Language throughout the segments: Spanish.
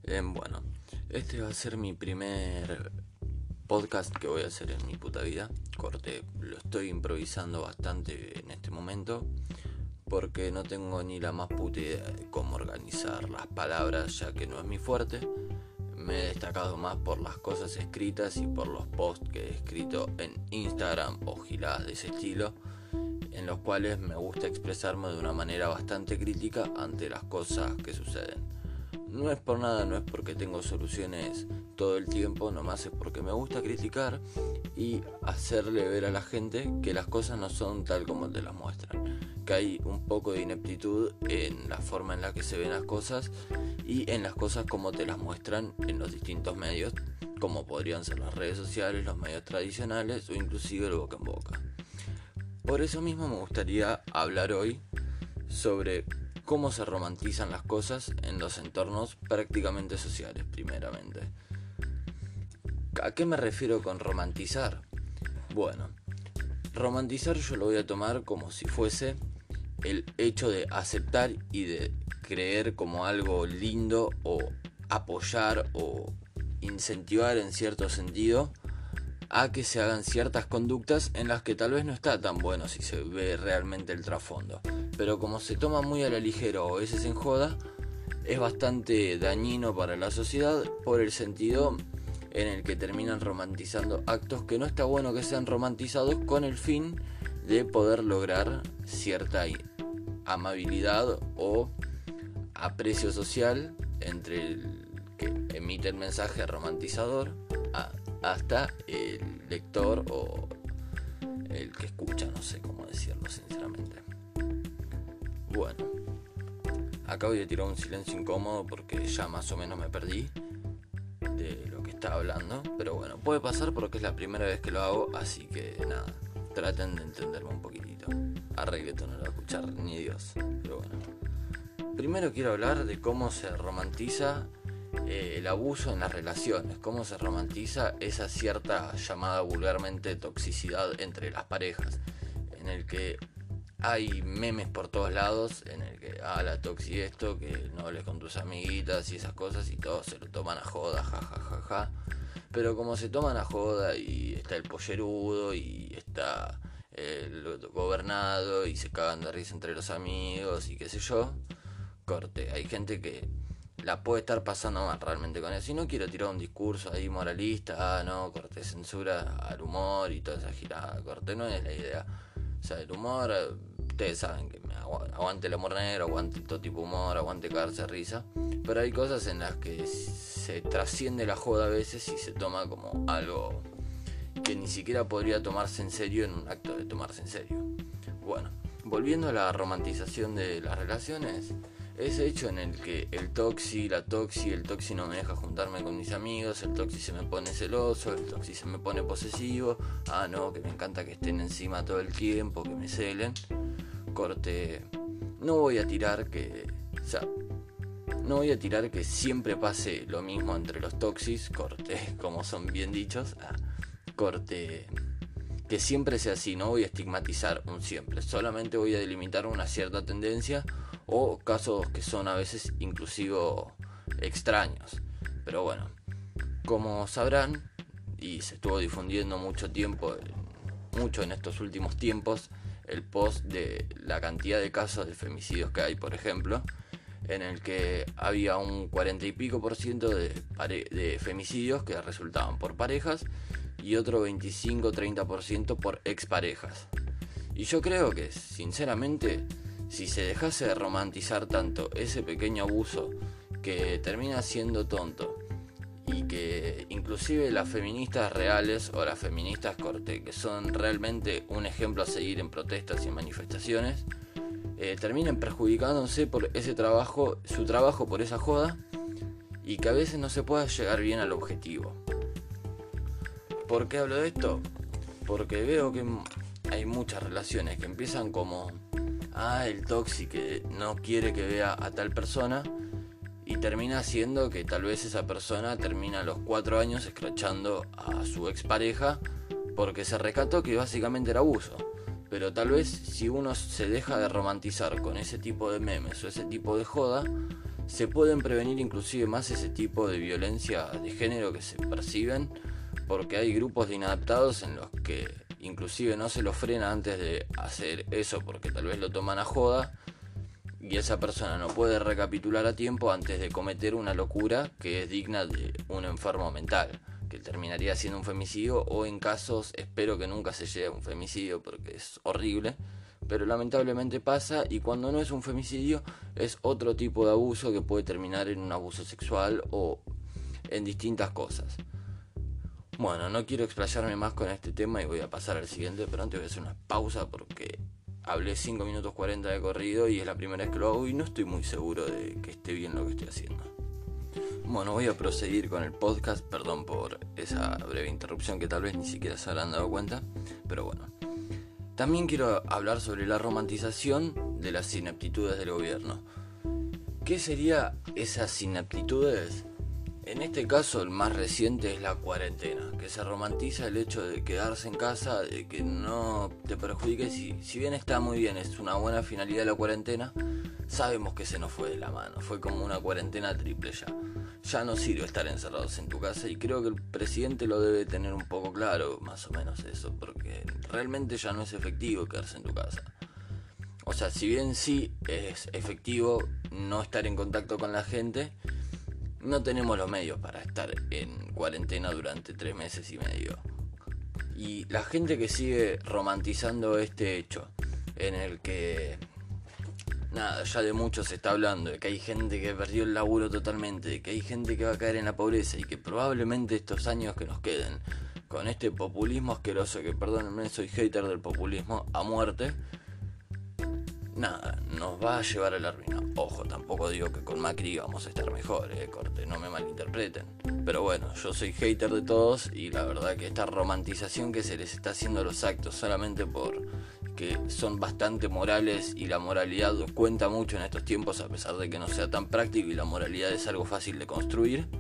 Bueno, este va a ser mi primer podcast que voy a hacer en mi puta vida. Corte, lo estoy improvisando bastante en este momento porque no tengo ni la más puta idea de cómo organizar las palabras, ya que no es mi fuerte. Me he destacado más por las cosas escritas y por los posts que he escrito en Instagram o giladas de ese estilo, en los cuales me gusta expresarme de una manera bastante crítica ante las cosas que suceden. No es por nada, no es porque tengo soluciones todo el tiempo, nomás es porque me gusta criticar y hacerle ver a la gente que las cosas no son tal como te las muestran, que hay un poco de ineptitud en la forma en la que se ven las cosas y en las cosas como te las muestran en los distintos medios, como podrían ser las redes sociales, los medios tradicionales o inclusive el boca en boca. Por eso mismo me gustaría hablar hoy sobre cómo se romantizan las cosas en los entornos prácticamente sociales, primeramente. ¿A qué me refiero con romantizar? Bueno, romantizar yo lo voy a tomar como si fuese el hecho de aceptar y de creer como algo lindo o apoyar o incentivar en cierto sentido a que se hagan ciertas conductas en las que tal vez no está tan bueno si se ve realmente el trasfondo, pero como se toma muy a la ligera o a veces en joda, es bastante dañino para la sociedad por el sentido en el que terminan romantizando actos que no está bueno que sean romantizados con el fin de poder lograr cierta amabilidad o aprecio social entre el que emite el mensaje romantizador hasta el lector o el que escucha, no sé cómo decirlo sinceramente. Bueno, acabo de tirar un silencio incómodo porque ya más o menos me perdí de lo que estaba hablando, pero bueno, puede pasar porque es la primera vez que lo hago, así que nada, traten de entenderme un poquitito. Arregleto no lo va a escuchar ni Dios, pero bueno. Primero quiero hablar de cómo se romantiza el abuso en las relaciones, cómo se romantiza esa cierta llamada vulgarmente toxicidad entre las parejas, en el que hay memes por todos lados, en el que la toxi esto, que no hables con tus amiguitas y esas cosas, y todos se lo toman a joda, ja. Pero como se toman a joda y está el pollerudo y está el gobernado y se cagan de risa entre los amigos y qué sé yo, corte, hay gente que la puede estar pasando mal realmente con eso. Y no quiero tirar un discurso ahí moralista, no, corte, censura al humor y toda esa girada, corte, no es la idea. O sea, el humor, ustedes saben que aguante el humor negro, aguante todo tipo de humor, aguante cagarse risa. Pero hay cosas en las que se trasciende la joda a veces y se toma como algo que ni siquiera podría tomarse en serio en un acto de tomarse en serio. Bueno, volviendo a la romantización de las relaciones, ese hecho en el que el toxi no me deja juntarme con mis amigos, el toxi se me pone celoso, el toxi se me pone posesivo, no, que me encanta que estén encima todo el tiempo, que me celen, corte, no voy a tirar que siempre pase lo mismo entre los toxis, corte, como son bien dichos, corte, que siempre sea así, no voy a estigmatizar un siempre, solamente voy a delimitar una cierta tendencia o casos que son a veces inclusive extraños. Pero bueno, como sabrán, y se estuvo difundiendo mucho en estos últimos tiempos, el post de la cantidad de casos de femicidios que hay, por ejemplo, en el que había un 40 y pico % de femicidios que resultaban por parejas y otro 25-30% por exparejas. Y yo creo que, sinceramente, si se dejase de romantizar tanto ese pequeño abuso que termina siendo tonto y que inclusive las feministas reales o las feministas corte, que son realmente un ejemplo a seguir en protestas y en manifestaciones, terminen perjudicándose por ese trabajo, su trabajo por esa joda, y que a veces no se pueda llegar bien al objetivo. ¿Por qué hablo de esto? Porque veo que hay muchas relaciones que empiezan como el toxi que no quiere que vea a tal persona y termina siendo que tal vez esa persona termina a los 4 años escrachando a su expareja porque se rescató que básicamente era abuso. Pero tal vez si uno se deja de romantizar con ese tipo de memes o ese tipo de joda, se pueden prevenir inclusive más ese tipo de violencia de género que se perciben, porque hay grupos de inadaptados en los que inclusive no se los frena antes de hacer eso, porque tal vez lo toman a joda y esa persona no puede recapitular a tiempo antes de cometer una locura que es digna de un enfermo mental, que terminaría siendo un femicidio, o en casos, espero que nunca se llegue a un femicidio porque es horrible, pero lamentablemente pasa, y cuando no es un femicidio es otro tipo de abuso que puede terminar en un abuso sexual o en distintas cosas. Bueno, no quiero explayarme más con este tema y voy a pasar al siguiente, pero antes voy a hacer una pausa porque hablé 5 minutos 40 de corrido y es la primera vez que lo hago y no estoy muy seguro de que esté bien lo que estoy haciendo. Bueno, voy a proseguir con el podcast, perdón por esa breve interrupción que tal vez ni siquiera se habrán dado cuenta, pero bueno. También quiero hablar sobre la romantización de las ineptitudes del gobierno. ¿Qué sería esas ineptitudes? En este caso el más reciente es la cuarentena, que se romantiza el hecho de quedarse en casa, de que no te perjudique. Si bien está muy bien, es una buena finalidad la cuarentena, sabemos que se nos fue de la mano, fue como una cuarentena triple ya. Ya no sirve estar encerrados en tu casa y creo que el presidente lo debe tener un poco claro, más o menos eso, porque realmente ya no es efectivo quedarse en tu casa. O sea, si bien sí es efectivo no estar en contacto con la gente, no tenemos los medios para estar en cuarentena durante 3 meses y medio. Y la gente que sigue romantizando este hecho, en el que ya de mucho se está hablando, de que hay gente que perdió el laburo totalmente, de que hay gente que va a caer en la pobreza y que probablemente estos años que nos queden con este populismo asqueroso, que perdónenme, soy hater del populismo a muerte, nos va a llevar a la ruina. Ojo, tampoco digo que con Macri vamos a estar mejor, corte, no me malinterpreten. Pero bueno, yo soy hater de todos y la verdad que esta romantización que se les está haciendo a los actos solamente por que son bastante morales, y la moralidad cuenta mucho en estos tiempos a pesar de que no sea tan práctico y la moralidad es algo fácil de construir,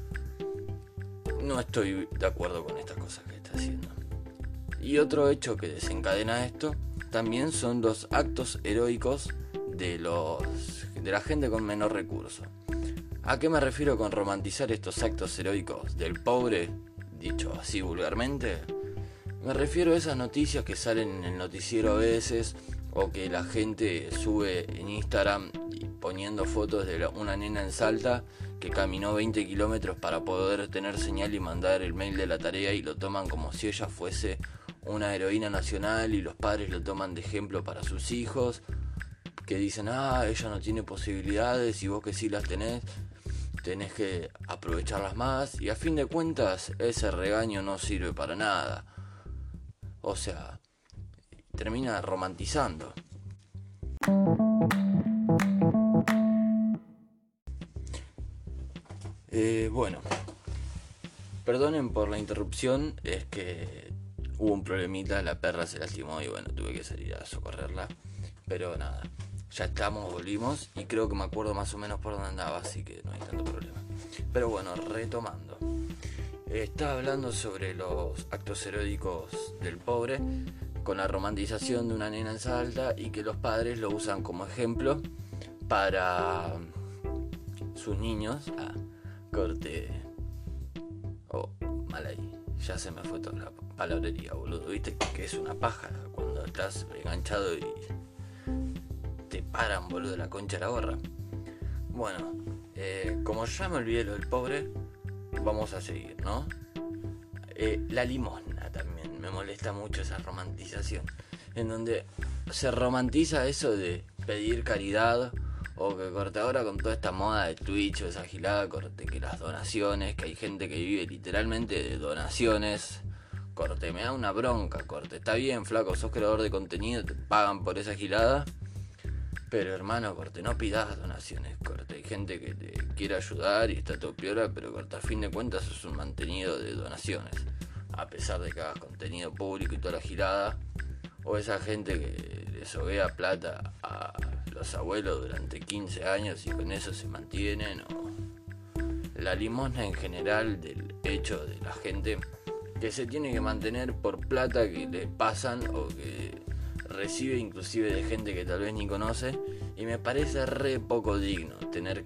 no estoy de acuerdo con estas cosas que está haciendo. Y otro hecho que desencadena esto también son los actos heroicos de la gente con menor recurso. ¿A qué me refiero con romantizar estos actos heroicos del pobre, dicho así vulgarmente? Me refiero a esas noticias que salen en el noticiero a veces, o que la gente sube en Instagram poniendo fotos de una nena en Salta que caminó 20 kilómetros para poder tener señal y mandar el mail de la tarea, y lo toman como si ella fuese una heroína nacional y los padres lo toman de ejemplo para sus hijos, que dicen, ella no tiene posibilidades y vos que sí las tenés que aprovecharlas más, y a fin de cuentas ese regaño no sirve para nada. O sea, termina romantizando. Bueno, perdonen por la interrupción, es que hubo un problemita, la perra se lastimó y bueno, tuve que salir a socorrerla. Pero nada, ya estamos, volvimos y creo que me acuerdo más o menos por dónde andaba, así que no hay tanto problema. Pero bueno, retomando. Estaba hablando sobre los actos heroicos del pobre, con la romantización de una nena en Salta, y que los padres lo usan como ejemplo para sus niños. Corte. Mal ahí. Ya se me fue toda la palabrería, boludo. Viste que es una paja cuando estás enganchado y te paran, boludo, la concha de la gorra. Bueno, como ya me olvidé lo del pobre, vamos a seguir, ¿no? La limosna también, me molesta mucho esa romantización, en donde se romantiza eso de pedir caridad, o que corte ahora con toda esta moda de Twitch o esa gilada, corte que las donaciones, que hay gente que vive literalmente de donaciones, corte, me da una bronca, corte, está bien, flaco, sos creador de contenido, te pagan por esa gilada, pero hermano, corte, no pidas donaciones, corte, hay gente que te quiere ayudar y está todo piola, pero corte, a fin de cuentas es un mantenido de donaciones, a pesar de que hagas contenido público y toda la gilada, o esa gente que le soguea plata a los abuelos durante 15 años y con eso se mantienen, o la limosna en general del hecho de la gente que se tiene que mantener por plata que le pasan o que recibe inclusive de gente que tal vez ni conoce, y me parece re poco digno tener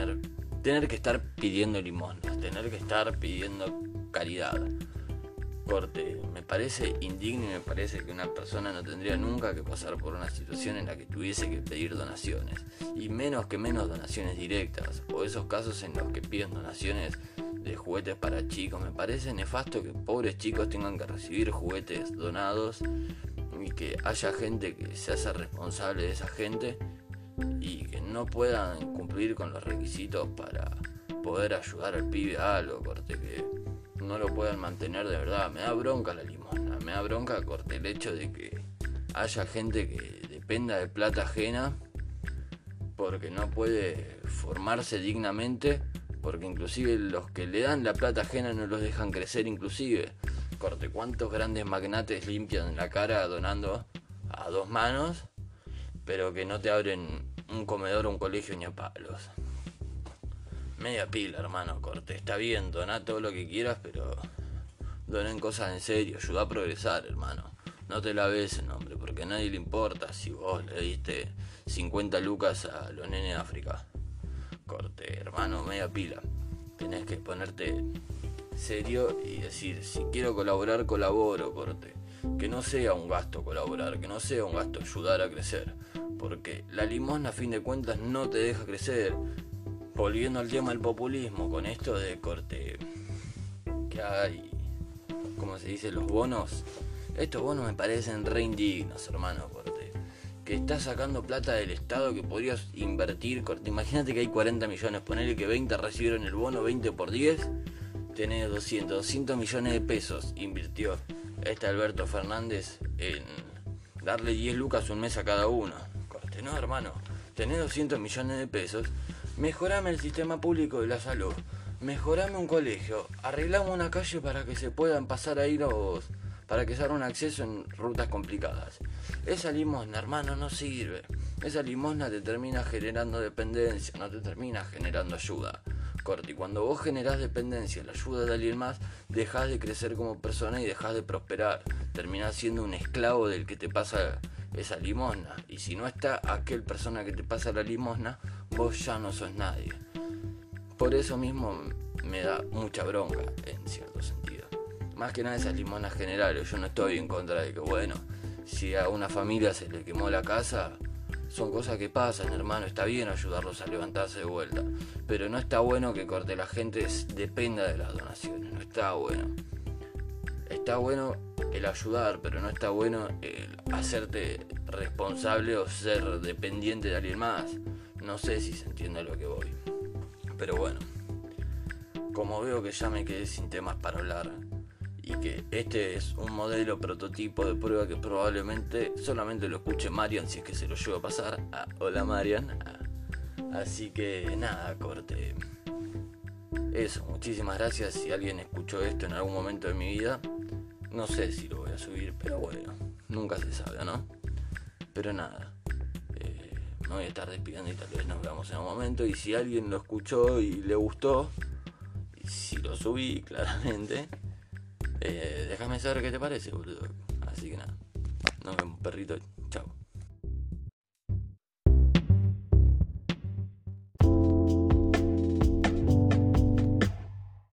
que estar pidiendo limosnas, tener que estar pidiendo caridad. Corte, me parece indigno y me parece que una persona no tendría nunca que pasar por una situación en la que tuviese que pedir donaciones, y menos donaciones directas, o esos casos en los que piden donaciones de juguetes para chicos. Me parece nefasto que pobres chicos tengan que recibir juguetes donados y que haya gente que se hace responsable de esa gente y que no puedan cumplir con los requisitos para poder ayudar al pibe a algo, corte, que no lo puedan mantener. De verdad, me da bronca la limosna, me da bronca, corte, el hecho de que haya gente que dependa de plata ajena porque no puede formarse dignamente, porque inclusive los que le dan la plata ajena no los dejan crecer inclusive. Corte, ¿cuántos grandes magnates limpian la cara donando a 2 manos, pero que no te abren un comedor o un colegio ni a palos? Media pila, hermano, corte. Está bien, doná todo lo que quieras, pero donen cosas en serio, ayuda a progresar, hermano. No te la ves, hombre, porque a nadie le importa si vos le diste 50 lucas a los nenes de África. Corte, hermano, media pila. Tenés que ponerte serio y decir, si quiero colaborar, colaboro, corte. Que no sea un gasto colaborar, que no sea un gasto ayudar a crecer, porque la limosna a fin de cuentas no te deja crecer. Volviendo al tema del populismo, con esto de corte que hay, ¿cómo se dice? Los bonos. Estos bonos me parecen re indignos, hermano, corte. Que estás sacando plata del Estado que podrías invertir, corte. Imagínate que hay 40 millones, ponele que 20 recibieron el bono, 20 por 10, tenés 200 millones de pesos. Invirtió Alberto Fernández en darle 10 lucas un mes a cada uno. Corte, no, hermano, tenés 200 millones de pesos. Mejorame el sistema público de la salud, mejorame un colegio, arreglame una calle para que se puedan pasar ahí para que se haga un acceso en rutas complicadas. Esa limosna, hermano, no sirve. Esa limosna te termina generando dependencia, no te termina generando ayuda. Corte, y cuando vos generás dependencia, la ayuda de alguien más, dejás de crecer como persona y dejás de prosperar. Terminás siendo un esclavo del que te pasa esa limosna, y si no está aquel persona que te pasa la limosna, vos ya no sos nadie. Por eso mismo me da mucha bronca, en cierto sentido. Más que nada esas limosnas generales. Yo no estoy en contra de que, bueno, si a una familia se le quemó la casa, son cosas que pasan, hermano. Está bien ayudarlos a levantarse de vuelta, pero no está bueno que, corte, la gente dependa de las donaciones. No está bueno. Está bueno el ayudar, pero no está bueno el hacerte responsable o ser dependiente de alguien más. No sé si se entiende a lo que voy. Pero bueno, como veo que ya me quedé sin temas para hablar y que este es un modelo prototipo de prueba que probablemente solamente lo escuche Marian, si es que se lo llevo a pasar. Hola Marian. Así que nada, corte. Eso, muchísimas gracias. Si alguien escuchó esto en algún momento de mi vida, no sé si lo voy a subir, pero bueno, nunca se sabe, ¿no? Pero nada, me voy a estar despidiendo y tal vez nos veamos en un momento. Y si alguien lo escuchó y le gustó, y si lo subí claramente, déjame saber qué te parece, boludo. Así que nada, nos vemos, perrito. Chao.